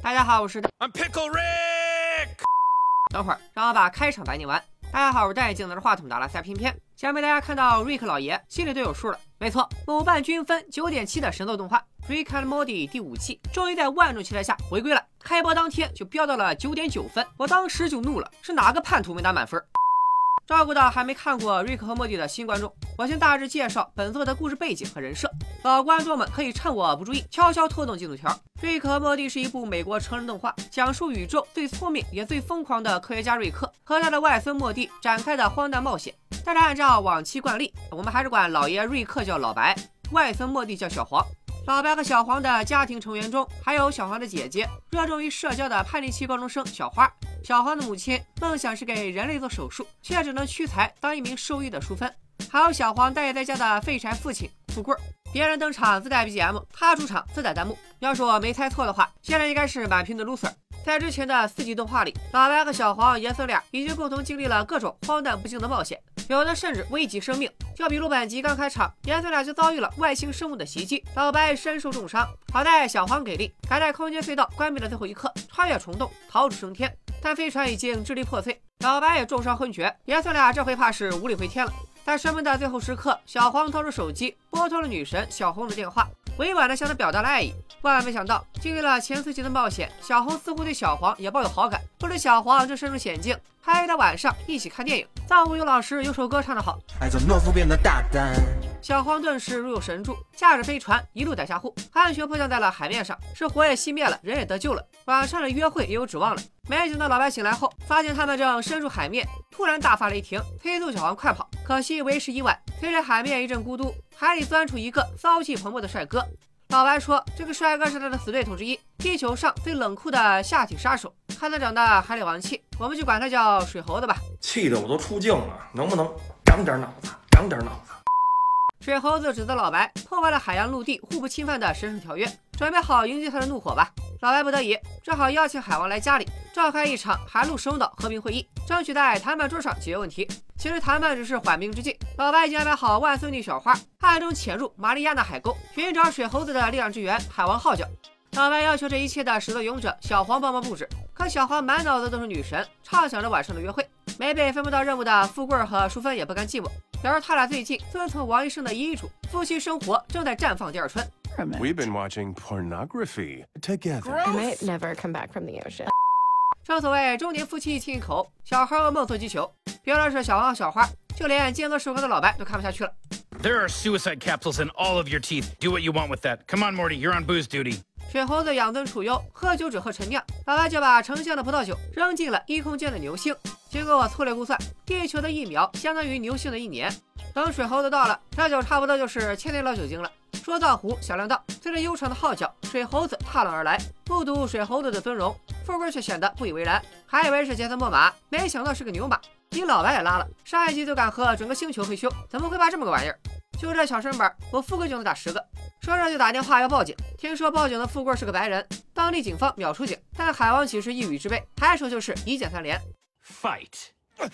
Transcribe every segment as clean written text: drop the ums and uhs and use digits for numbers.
大家好，我是 I'm Pickle Rick。 等会儿让我把开场白念完。大家好，我是戴镜拿着话筒打了赛偏偏，想必大家看到瑞克老爷心里都有数了。没错，某瓣均分9.7的神作动画《Rick and Morty》第5季终于在万众期待下回归了。开播当天就飙到了9.9分，我当时就怒了，是哪个叛徒没打满分？照顾到还没看过瑞克和莫蒂的新观众，我先大致介绍本作的故事背景和人设。老观众们可以趁我不注意悄悄拖动进度条。瑞克和莫蒂是一部美国成人动画，讲述宇宙最聪明也最疯狂的科学家瑞克和他的外孙莫蒂展开的荒诞冒险。但是按照往期惯例，我们还是管老爷瑞克叫老白，外孙莫蒂叫小黄。老白和小黄的家庭成员中，还有小黄的姐姐，热衷于社交的叛逆期高中生小花。小黄的母亲梦想是给人类做手术，却只能屈才当一名兽医的淑芬。还有小黄待业在家的废柴父亲富贵。别人登场自带 BGM， 他出场自带弹幕。要是我没猜错的话，现在应该是满屏的 loser。在之前的4集动画里，老白和小黄爷孙俩已经共同经历了各种荒诞不幸的冒险，有的甚至危及生命。就比如本集刚开场，爷孙俩就遭遇了外星生物的袭击，老白身受重伤，好在小黄给力，赶在空间隧道关闭的最后一刻穿越虫洞逃出升天，但飞船已经支离破碎，老白也重伤昏厥，爷孙俩这回怕是无力回天了。在生命的最后时刻，小黄掏出手机拨通了女神小红的电话，委婉地向她表达了爱意。万万没想到，经历了前4集的冒险，小红似乎对小黄也抱有好感。不知小黄正身处险境，还约他晚上一起看电影。藏舞有老师有首歌唱得好， 爱做懦夫变得大胆。 小黄顿时如有神助，驾着飞船一路逮瞎户，安全迫降在了海面上，是火也熄灭了，人也得救了，晚上的约会也有指望了。没想到老白醒来后，发现他们正身处海面，突然大发雷霆，催促小黄快跑。可惜为时已晚，随着海面一阵孤独，海里钻出一个骚气蓬勃的帅哥。老白说，这个帅哥是他的死对头之一，地球上最冷酷的下体杀手，看他长得还得王气，我们就管他叫水猴子吧。 气得我都出镜了，能不能长点脑子，长点脑子。 水猴子指责老白破坏了海洋陆地互不侵犯的神圣条约，准备好迎接他的怒火吧。老白不得已，只好邀请海王来家里召开一场海陆首脑和平会议，争取在谈判桌上解决问题。其实谈判只是缓兵之计，老白已经安排好万孙女小花暗中潜入马里亚纳海沟，寻找水猴子的力量之源海王号角。老白要求这一切的始作俑者小黄帮忙布置，可小黄满脑子都是女神，畅想着晚上的约会。没被分不到任务的富贵和淑芬也不甘寂寞，表示他俩最近遵从王医生的医嘱，夫妻生活正在绽放第二春。 We've been watching pornography together. I might never come back from the ocean. 正所谓中年夫妻亲一口，小孩噩梦做击球。别说是小黄和小花，就连尖酸手刻的老白都看不下去了。 There are suicide capsules in all of your teeth. Do what you want with that. Come on, Morty, you're on booze duty. 水猴子养尊处优，喝酒只喝陈酿，老白就把成箱的葡萄酒扔进了异空间的牛星。经过我粗略估算，地球的1秒相当于牛星的1年。等水猴子到了，这酒差不多就是千年老酒精了。说到壶，小亮道，随着悠长的号角，水猴子踏浪而来，目睹水猴子的尊容，富贵却显得不以为然，还以为是杰森·莫玛，没想到是个牛马。你老白也拉了，上一集就敢和整个星球嘿咻，怎么会怕这么个玩意儿？就这小身板，我富贵就能打10个。说着就打电话要报警，听说报警的富贵是个白人，当地警方秒出警，但海王岂是一语之辈，抬手就是1键3连。 Fight.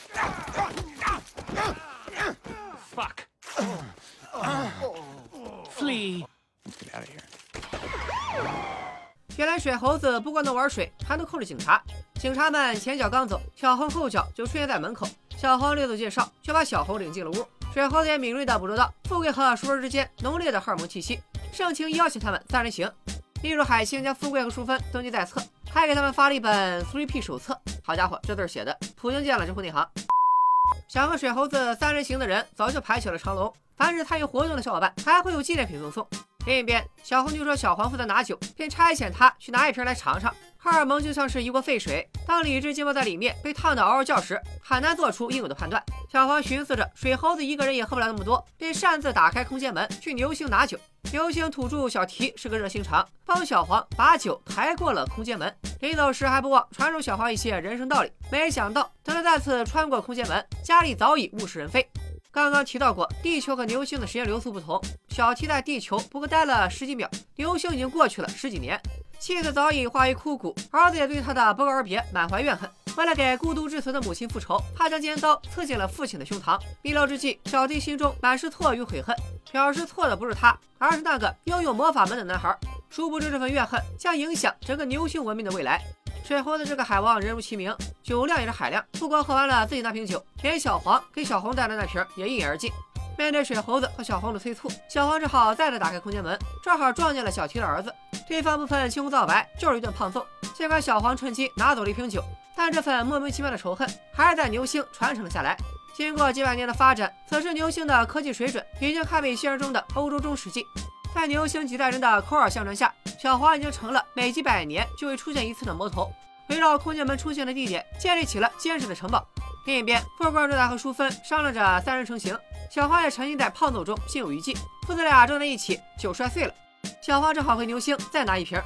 Fuck. Flee. Get out of here. 原来水猴子不光能玩水，还能控制警察。警察们前脚刚走，小红后脚就出现在门口。小黄略作介绍，却把小红领进了屋。水猴子也敏锐地捕捉到富贵和淑芬之间浓烈的荷尔蒙气息，盛情邀请他们3人行。例如海星将富贵和淑芬登记在册，还给他们发了一本 3P 手册。好家伙，这字写的普京见了直呼内行。想和水猴子3人行的人早就排起了长龙，凡是参与活动的小伙伴还会有纪念品赠送。另一边，小红就说小黄负责拿酒，便差遣他去拿一瓶来尝尝。荷尔蒙就像是一锅沸水，当理智浸泡在里面被烫得嗷嗷叫时，很难做出应有的判断。小黄寻思着水猴子一个人也喝不了那么多，便擅自打开空间门去牛星拿酒。牛星土著小提是个热心肠，帮小黄把酒抬过了空间门。临走时还不忘传授小黄一些人生道理。没想到等他再次穿过空间门，家里早已物是人非。刚刚提到过，地球和牛星的时间流速不同，小提在地球不过待了10几秒，牛星已经过去了10几年。妻子早已化为枯骨，儿子也对他的不告而别满怀怨恨。为了给孤独至死的母亲复仇，他将尖刀刺进了父亲的胸膛。弥留之际，小弟心中满是错与悔恨。 表示错的不是他，而是那个拥有魔法门的男孩。殊不知这份怨恨将影响整个牛星文明的未来。水猴子这个海王人如其名，酒量也是海量，不光喝完了自己那瓶酒，连小黄给小红带的那瓶也一饮而尽。面对水猴子和小黄的催促，小黄只好再次打开空间门，正好撞见了小提的儿子。对方不分青红皂白，就是一顿胖揍。尽管小黄趁机拿走了一瓶酒，但这份莫名其妙的仇恨还是在牛星传承了下来。经过几百年的发展，此时牛星的科技水准已经堪比现实中的欧洲中世纪。在牛星几代人的口耳相传下，小黄已经成了每几百年就会出现一次的魔头，围绕空间门出现的地点建立起了坚实的城堡。另一边，富贵正在和淑芬商量着三人成行，小黄也沉浸在胖揍中心有余悸。父子俩撞在一起，酒摔碎了，小黄只好回牛星再拿一瓶。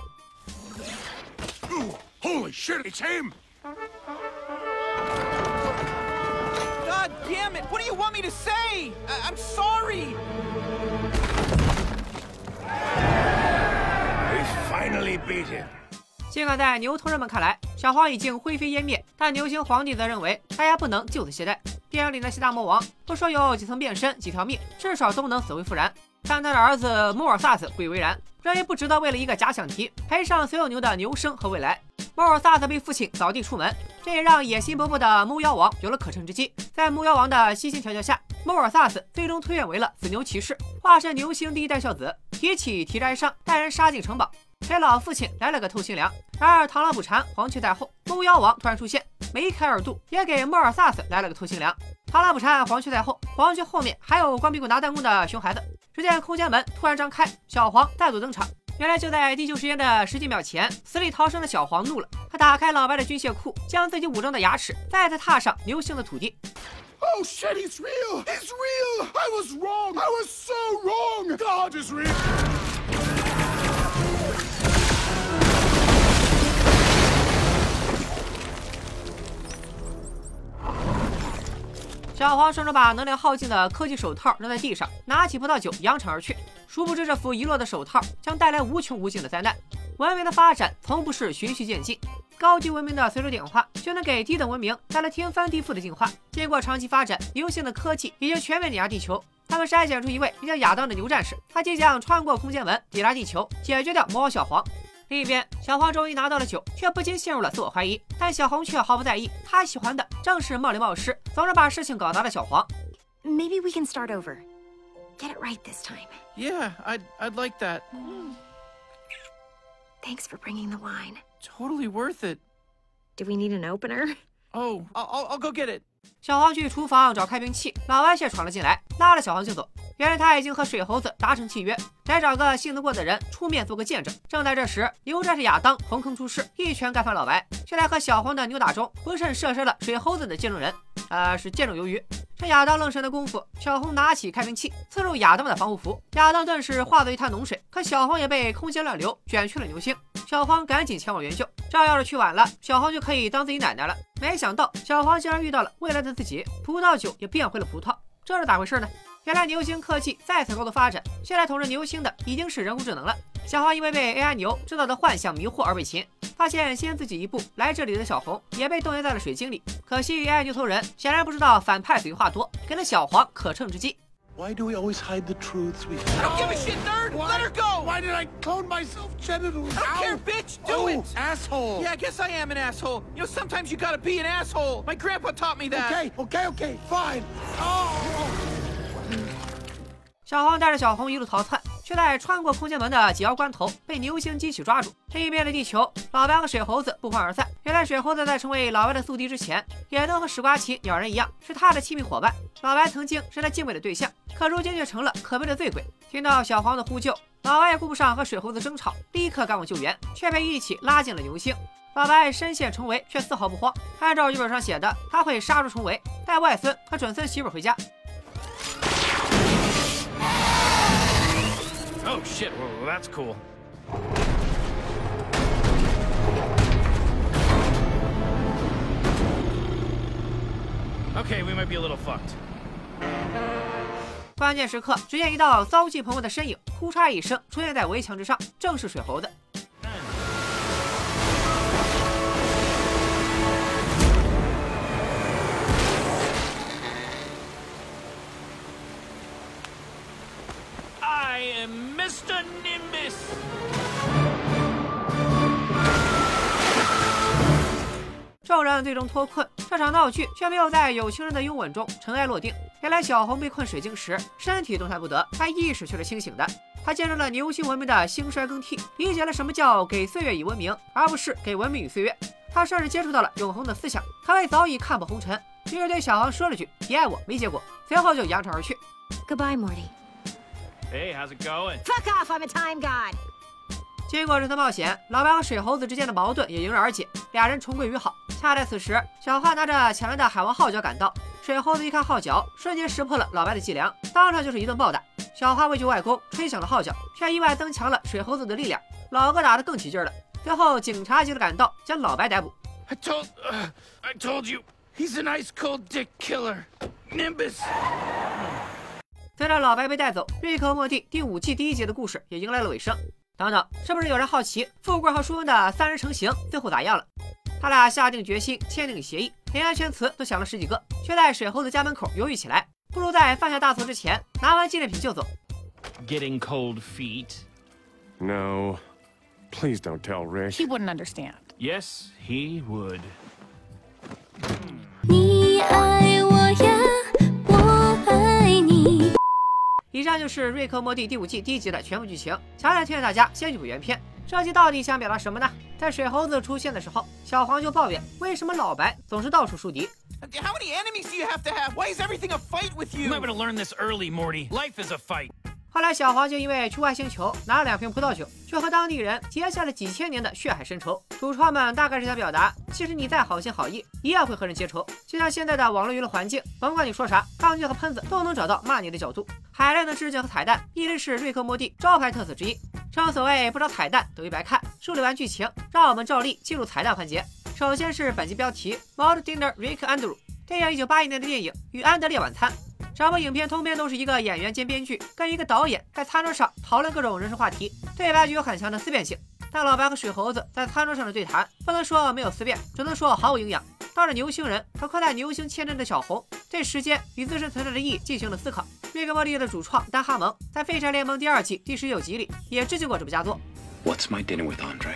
Holy shit, it's him! God damn it! What do you want me to say? I'm sorry! We finally beat him. 尽管在牛头人们看来，小黄已经灰飞烟灭，但牛星皇帝则认为大家不能就此懈怠。电影里那些大魔王不说有几层变身、几条命，至少都能死灰复燃。但他的儿子摩尔萨斯不以为然，认为不值得为了一个假想敌赔上所有牛的牛生和未来。摩尔萨斯被父亲扫地出门，这也让野心勃勃的木妖王有了可乘之机。在木妖王的悉心调教下，摩尔萨斯最终推愿为了紫牛骑士，化身牛星第一代孝子，提起提着哀伤，带人杀进城堡，给老父亲来了个透心凉。然而螳螂捕蝉，黄雀在后，木妖王突然出现，梅开二度，也给莫尔萨斯来了个透心凉。螳螂捕蝉，黄雀在后，黄雀后面还有光屁股拿弹弓的熊孩子。只见空间门突然张开，小黄再度登场。原来就在地球时间的10几秒前，死里逃生的小黄怒了，他打开老白的军械库，将自己武装的牙齿再次踏上牛星的土地。 Oh shit, he's real! He's real! I was wrong! I was so wrong! God is real! 小黄顺手把能量耗尽的科技手套扔在地上，拿起葡萄酒扬长而去。殊不知这副遗落的手套将带来无穷无尽的灾难。文明的发展从不是循序渐进，高级文明的随手点化就能给低等文明带来天翻地覆的进化。经过长期发展，牛星的科技已经全面碾压地球。他们筛选出一位名叫亚当的牛战士，他即将穿过空间门抵达地球，解决掉魔王小黄。另一边，小黄终于拿到了酒，却不禁陷入了自我怀疑。但小红却毫不在意，他喜欢的正是冒领冒失、总是把事情搞砸的小黄。 Maybe we can start over. Get it right this time. Yeah, I'd like that. Thanks for bringing the wine. Totally worth it. Do we need an opener? Oh, I'll go get it. 小黄去厨房找开瓶器，老歪却闯了进来，拉了小黄就走。原来他已经和水猴子达成契约，得找个信得过的人出面做个见证。正在这时，牛战士亚当横空出世，一拳干翻老白，却在和小黄的扭打中不慎射杀了水猴子的见证人，是见证鱿鱼。趁亚当愣神的功夫，小红拿起开瓶器刺入亚当的防护服，亚当顿时化作一滩脓水，可小黄也被空间乱流卷去了牛星。小黄赶紧前往援救，这要是去晚了，小黄就可以当自己奶奶了。没想到小黄竟然遇到了未来的自己，葡萄酒也变回了葡萄，这是咋回事呢？原来牛星科技再次高度发展，现在统治牛星的已经是人工智能了。小黄因为被 AI 牛制造的幻象迷惑而被擒，发现先自己一步来这里的小红也被冻结在了水晶里。可惜 AI 牛头人显然不知道反派嘴话多，给了小黄可乘之机。 Why do we always hide the truths we I don't give a shit, nerd. Let her go. Why did I clone myself genitally? I don't care, bitch. Do it. Asshole. Yeah, I guess I am an asshole. You know, sometimes you gotta be an asshole. My grandpa taught me that. Okay, fine. Oh. 小黄带着小红一路逃窜，却在穿过空间门的紧要关头被牛星机器抓住。另一边的地球，老白和水猴子不欢而散。原来水猴子在成为老白的宿敌之前，也能和史瓜奇鸟人一样，是他的亲密伙伴。老白曾经是他敬畏的对象，可如今却成了可悲的醉鬼。听到小黄的呼救，老白也顾不上和水猴子争吵，立刻赶往救援，却被一起拉进了牛星。老白身陷重围，却丝毫不慌。按照剧本上写的，他会杀出重围，带外孙和准孙媳妇回家。 Oh shit, well, that's cool. Okay, we might be a little fucked. 关键时刻，只见一道遭际朋友的身影，呼嚓一声出现在围墙之上，正是水猴子。 众人最终脱困，这场闹剧却没有在有情人的拥吻中尘埃落定。原来小红被困水晶时，身体动弹不得，但意识却是清醒的。他见证了牛星文明的兴衰更替，理解了什么叫给岁月以文明，而不是给文明与岁月。他甚至接触到了永恒的思想，可谓早已看破红尘。于是对小黄说了句“你爱我”，没结果，随后就扬长而去。 Goodbye, Morty. Hey, how's it going? Fuck off, I'm a time god. 经过这次冒险，老白和水猴子之间的矛盾也迎刃而解，俩人重归于好。恰在此时，小花拿着抢来的海王号角赶到，水猴子一看号角，瞬间识破了老白的伎俩，当场就是一顿暴打。小花为救外公，吹响了号角，却意外增强了水猴子的力量，老哥打得更起劲了。最后，警察急着赶到，将老白逮捕。 I told you, he's an ice cold dick killer. Nimbus. 随着老白被带走，瑞克和莫蒂第5季第1集的故事也迎来了尾声。等等，是不是有人好奇富贵和舒恩的3人成行最后咋样了？他俩下定决心签订协议，连安全词都想了10几个，却在水猴子家门口犹豫起来。不如在犯下大错之前拿完纪念品就走。 Getting cold feet. No. Please don't tell Rick. He wouldn't understand. Yes, he would. 你爱我呀，我爱你。 以上就是瑞克莫蒂第5季第1集的全部剧情，强烈推荐大家先去补原片。这集到底想表达什么呢？在水猴子出现的时候，小黄就抱怨为什么老白总是到处树敌。 How many enemies do you have to have? Why is everything a fight with You you? might want to learn this early, Morty. Life is a fight. 后来小黄就因为去外星球拿了2瓶葡萄酒，却和当地人结下了几千年的血海深仇。主创们大概是想表达，其实你再好心好意，一样会和人结仇。就像现在的网络娱乐环境，甭管你说啥，钢锯和喷子都能找到骂你的角度。海量的致敬和彩蛋一直是瑞克莫蒂招牌特色之一。正所谓不找彩蛋等于白看。梳理完剧情，让我们照例进入彩蛋环节。首先是本集标题 Mod Dinner Rick Andrew， 这样1981年的电影《与安德烈晚餐》。 整部影片通篇都是一个演员兼编剧跟一个导演在餐桌上讨论各种人生话题，对白具有很强的思辨性。但老白和水猴子在餐桌上的对谈，不能说没有思辨，只能说毫无营养。倒是牛星人和困在牛星签证的小红，对时间与自身存在的意义进行了思考。瑞克莫蒂的主创丹哈蒙在《废柴联盟》第2季第19集里也致敬过这部佳作。 What's my dinner with Andre?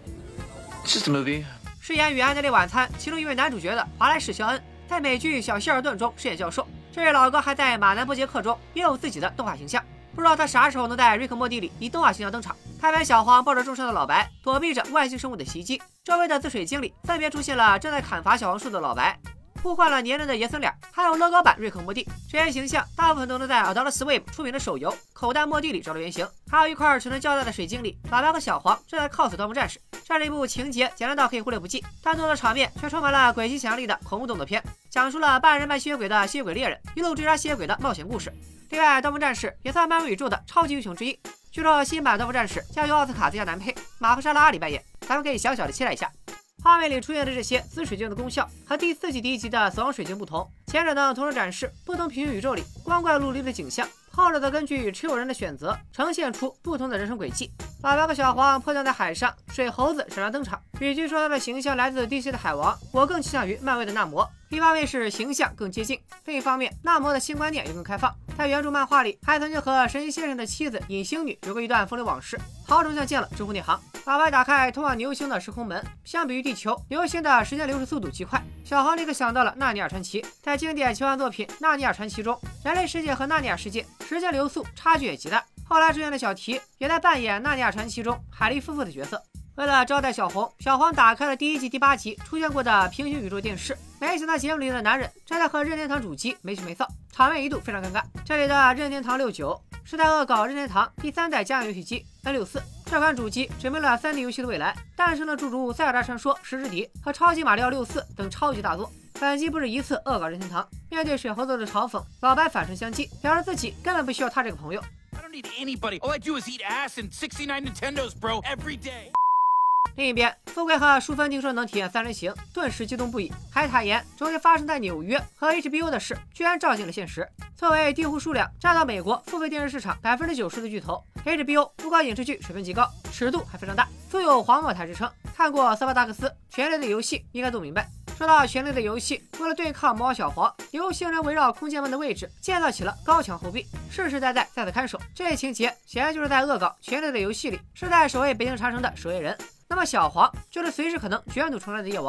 It's just a movie. 饰演《与安德烈晚餐》其中一位男主角的华莱士·肖恩，在美剧《小希尔顿》中饰演教授。 这位老哥还在《马南波杰克》中也有自己的动画形象，不知道他啥时候能在《瑞克莫蒂》里以动画形象登场。开盘小黄抱着重伤的老白，躲避着外星生物的袭击，周围的自水晶里分别出现了正在砍伐小黄树的老白，互换了粘人的爷孙俩，还有乐高版瑞克莫蒂。这些形象大部分都能在 Adult Swim 出名的手游《口袋莫蒂》里找到原型。还有一块尺寸较大的水晶里，老白和小黄正在 cos 盗墓战士。这是一部情节简单到可以忽略不计，但动作场面却充满了诡计想象力的恐怖动作片，讲述了半人半吸血鬼的吸血鬼猎人一路追杀吸血鬼的冒险故事。另外，盗墓战士也算漫威宇宙的超级英雄之一。据说新版盗墓战士将由奥斯卡最佳男配马赫沙拉阿里扮演，咱们可以小小的期待一下。 画面里出现的这些紫水晶的功效和第4季第1集的死亡水晶不同，前者呢同时展示不同平行宇宙里光怪陆离的景象，后者则根据持有人的选择呈现出不同的人生轨迹。老白和小黄迫降在海上，水猴子闪亮登场。与其说他的形象来自 DC 的海王，我更倾向于漫威的纳摩。一方面是形象更接近，另一方面纳摩的新观念也更开放。在原著漫画里，还曾经和神医先生的妻子隐星女有过一段风流往事，好成像见了知乎内行。老白打开通往牛星的时空门，相比于地球，牛星的时间流逝速度极快。小黄立刻想到了《纳尼亚传奇》。在经典奇幻作品《纳尼亚传奇》中，人类世界和纳尼亚世界时间流速差距也极大。后来出现的小提也在扮演《纳尼亚传奇》中海莉夫妇的角色。为了招待小红，小黄打开了第1季第8集出现过的平行宇宙电视，没想到节目里的男人正在和任天堂主机没羞没臊，场面一度非常尴尬。这里的任天堂69是在恶搞任天堂第3代家用游戏机 N64。这款主机指明了3D 游戏的未来，诞生了诸如《塞尔达传说：时之笛》和《超级马里奥64》等超级大作。本集不止一次恶搞任天堂，面对水猴子的嘲讽，老白反唇相讥，表示自己根本不需要他这个朋友。 I don't need anybody. All I do is eat ass and 69 Nintendos, bro, every day. 另一边，富贵和淑芬听说能体验3人行，顿时激动不已，还坦言终于发生在纽约和 HBO 的事居然照进了现实。作为订户数量占到美国付费电视市场90%的巨头 ，HBO 不光影视剧水平极高，尺度还非常大，素有黄魔台之称。看过《斯巴达克斯》《权力的游戏》应该都明白。说到《权力的游戏》，为了对抗魔王小黄，牛星人围绕空间门的位置建造起了高墙厚壁，世世代代在此看守。这一情节显然就是在恶搞《权力的游戏》里世代守卫北京长城的守夜人。那么小黄就是随时可能卷土重来的夜王。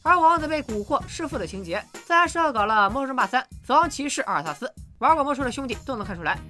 而王子被蛊惑弑父的情节，自然是恶搞了《魔兽争霸3：死亡骑士阿尔萨斯》。玩过魔兽的兄弟都能看出来。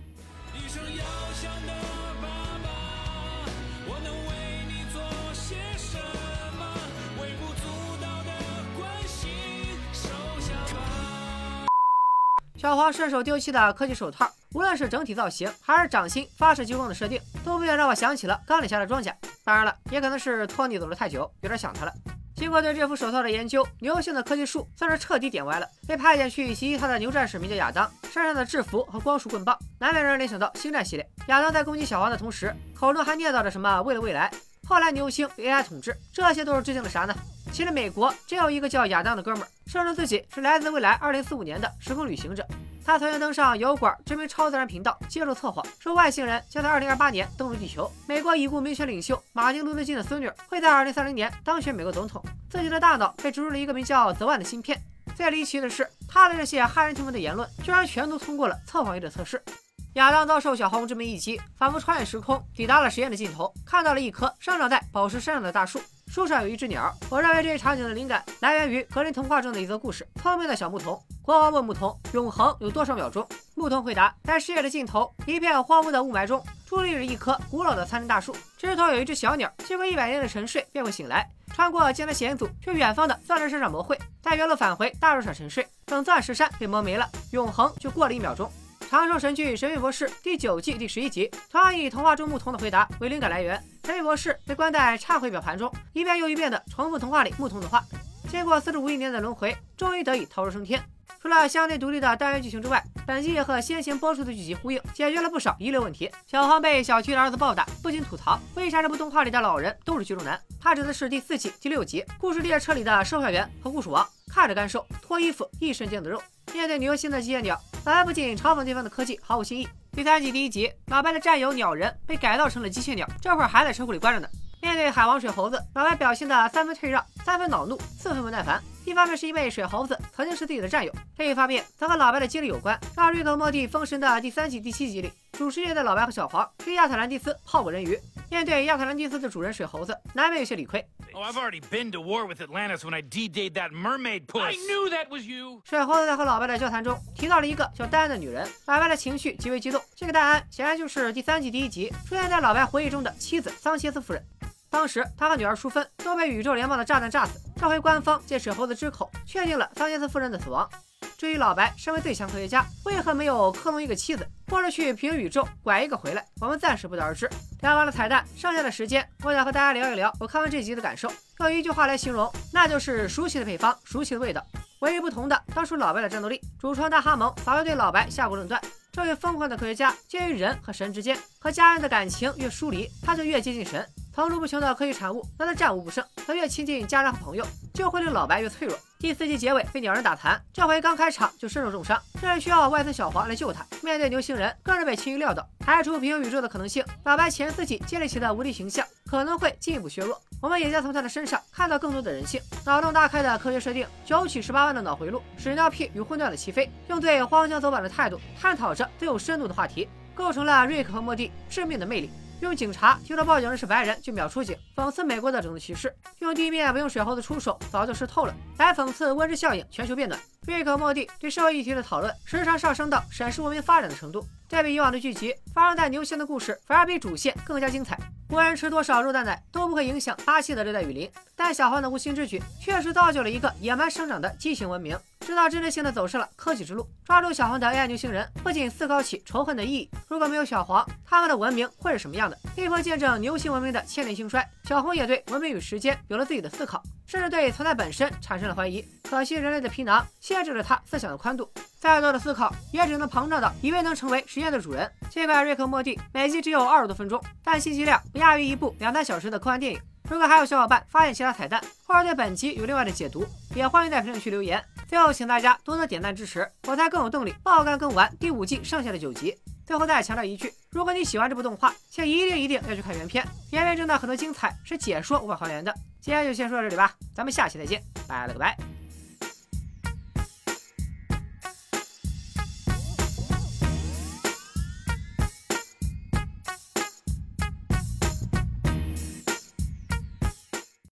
小黄顺手丢弃的科技手套，无论是整体造型还是掌心发射激光的设定，都不免让我想起了钢铁侠的装甲。当然了，也可能是托尼走了太久，有点想他了。经过对这副手套的研究，牛性的科技树算是彻底点歪了。被派遣去袭击他的牛战士名叫亚当，身上的制服和光束棍棒，难免让人联想到星战系列。亚当在攻击小黄的同时，口中还念叨着什么为了未来。后来牛星被 AI 统治，这些都是致敬了啥呢？其实美国真有一个叫亚当的哥们儿，声称自己是来自未来2045年的时空旅行者。他曾经登上油管知名超自然频道接受测谎，说外星人将在2028年登陆地球。美国已故民权领袖马丁·路德·金的孙女会在2030年当选美国总统。自己的大脑被植入了一个名叫 The One 的芯片。最离奇的是，他的这些骇人听闻的言论，居然全都通过了测谎仪的测试。亚当遭受小黄之门一击，仿佛穿越时空，抵达了实验的尽头，看到了一棵生长在宝石山上的大树，树上有一只鸟。我认为这一场景的灵感来源于格林童话中的一则故事。聪明的小牧童，国王问牧童永恒有多少秒钟，牧童回答，在世界的尽头，一片荒芜的雾霾中，矗立着一棵古老的参天大树，枝头有一只小鸟，经过100年的沉睡便会醒来，穿过艰难险阻去远方的钻石山上魔会，在原路返回大树上沉睡，等钻石山被磨没了，永恒就过了1秒钟。长寿神剧《神秘博士》第9季第11集，同样以童话中牧童的回答为灵感来源。神秘博士被关在忏悔表盘中，一遍又一遍地重复童话里牧童的话。经过45亿年的轮回，终于得以逃出升天。除了相对独立的单元剧情之外，本季也和先前播出的剧集呼应，解决了不少遗留问题。小黄被小区的儿子暴打，不禁吐槽为啥这部动画里的老人都是剧中男。他指的是第4季第6集故事列车里的售票员和护鼠王，看着干瘦，脱衣服一身腱子肉。面对牛星的机械鸟，老白不仅嘲讽对方的科技毫无新意。第3季第1集，老白的战友鸟人被改造成了机械鸟，这会儿还在车库里关着呢。面对海王水猴子，老白表现的3分退让，3分恼怒，4分不耐烦。一方面是因为水猴子曾经是自己的战友，另一方面则和老白的经历有关。让瑞克莫蒂封神的第3季第7集里，主世界的老白和小黄去亚特兰蒂斯泡过人鱼，面对亚特兰蒂斯的主人水猴子，难免有些理亏。 Oh, I've already been to war with Atlantis when I D-dayed that mermaid puss. I knew that was you. 水猴子在和老白的交谈中提到了一个叫戴安的女人，老白的情绪极为激动。这个戴安显然就是第3季第1集出现在老白回忆中的妻子桑切斯夫人。当时他和女儿淑芬都被宇宙联邦的炸弹炸死，这回官方借水猴子之口确定了桑切斯夫人的死亡。至于老白身为最强科学家，为何没有克隆一个妻子，或者去平行宇宙拐一个回来，我们暂时不得而知。聊完了彩蛋，剩下的时间我想和大家聊一聊我看完这集的感受。用一句话来形容，那就是熟悉的配方，熟悉的味道。唯一不同的当属老白的战斗力。主创大哈蒙早就对老白下过论断，这位疯狂的科学家介于人和神之间，和家人的感情越疏离，他就越接近神。层出不穷的科技产物让他战无不胜，他越亲近家人和朋友，就会令老白越脆弱。第4季结尾被鸟人打残，这回刚开场就身受重伤，这是需要外孙小黄来救他。面对牛星人，更是被轻易料到，排除平行宇宙的可能性。老白前4季建立起的无敌形象可能会进一步削弱，我们也将从他的身上看到更多的人性。脑洞大开的科学设定，9曲18弯的脑回路，屎尿屁与混乱的齐飞，用最荒腔走板的态度探讨着最有深度的话题，构成了瑞克和莫蒂致命的魅力。用警察听到报警人是白人就秒出警，讽刺美国的种族歧视；用地面不用水猴子出手早就湿透了，来讽刺温室效应全球变暖。瑞克莫蒂对社会议题的讨论时常上升到审视文明发展的程度。对比以往的剧集，发生在牛星的故事反而比主线更加精彩。无论吃多少肉蛋奶都不会影响巴西的热带雨林，但小黄的无心之举确实造就了一个野蛮生长的畸形文明，直到针对性的走上了科技之路。抓住小黄的 AI 牛星人不仅思考起仇恨的意义，如果没有小黄，他们的文明会是什么样的？被迫见证牛星文明的千年兴衰，小黄也对文明与时间有了自己的思考，甚至对存在本身产生了怀疑。可惜人类的皮囊限制了他思想的宽度，再多的思考也只能膨胀到以为能成为实验的主人。尽管瑞克莫蒂每集只有20多分钟，但信息量不亚于一部2-3小时的科幻电影。如果还有小伙伴发现其他彩蛋，或者对本集有另外的解读，也欢迎在评论区留言。最后请大家多多点赞支持，我才更有动力爆肝更完第5季剩下的9集。最后再强调一句，如果你喜欢这部动画，请一定要去看原片，原片中的很多精彩是解说无法还原的。今天就先说到这里吧，咱们下期再见，拜了个拜。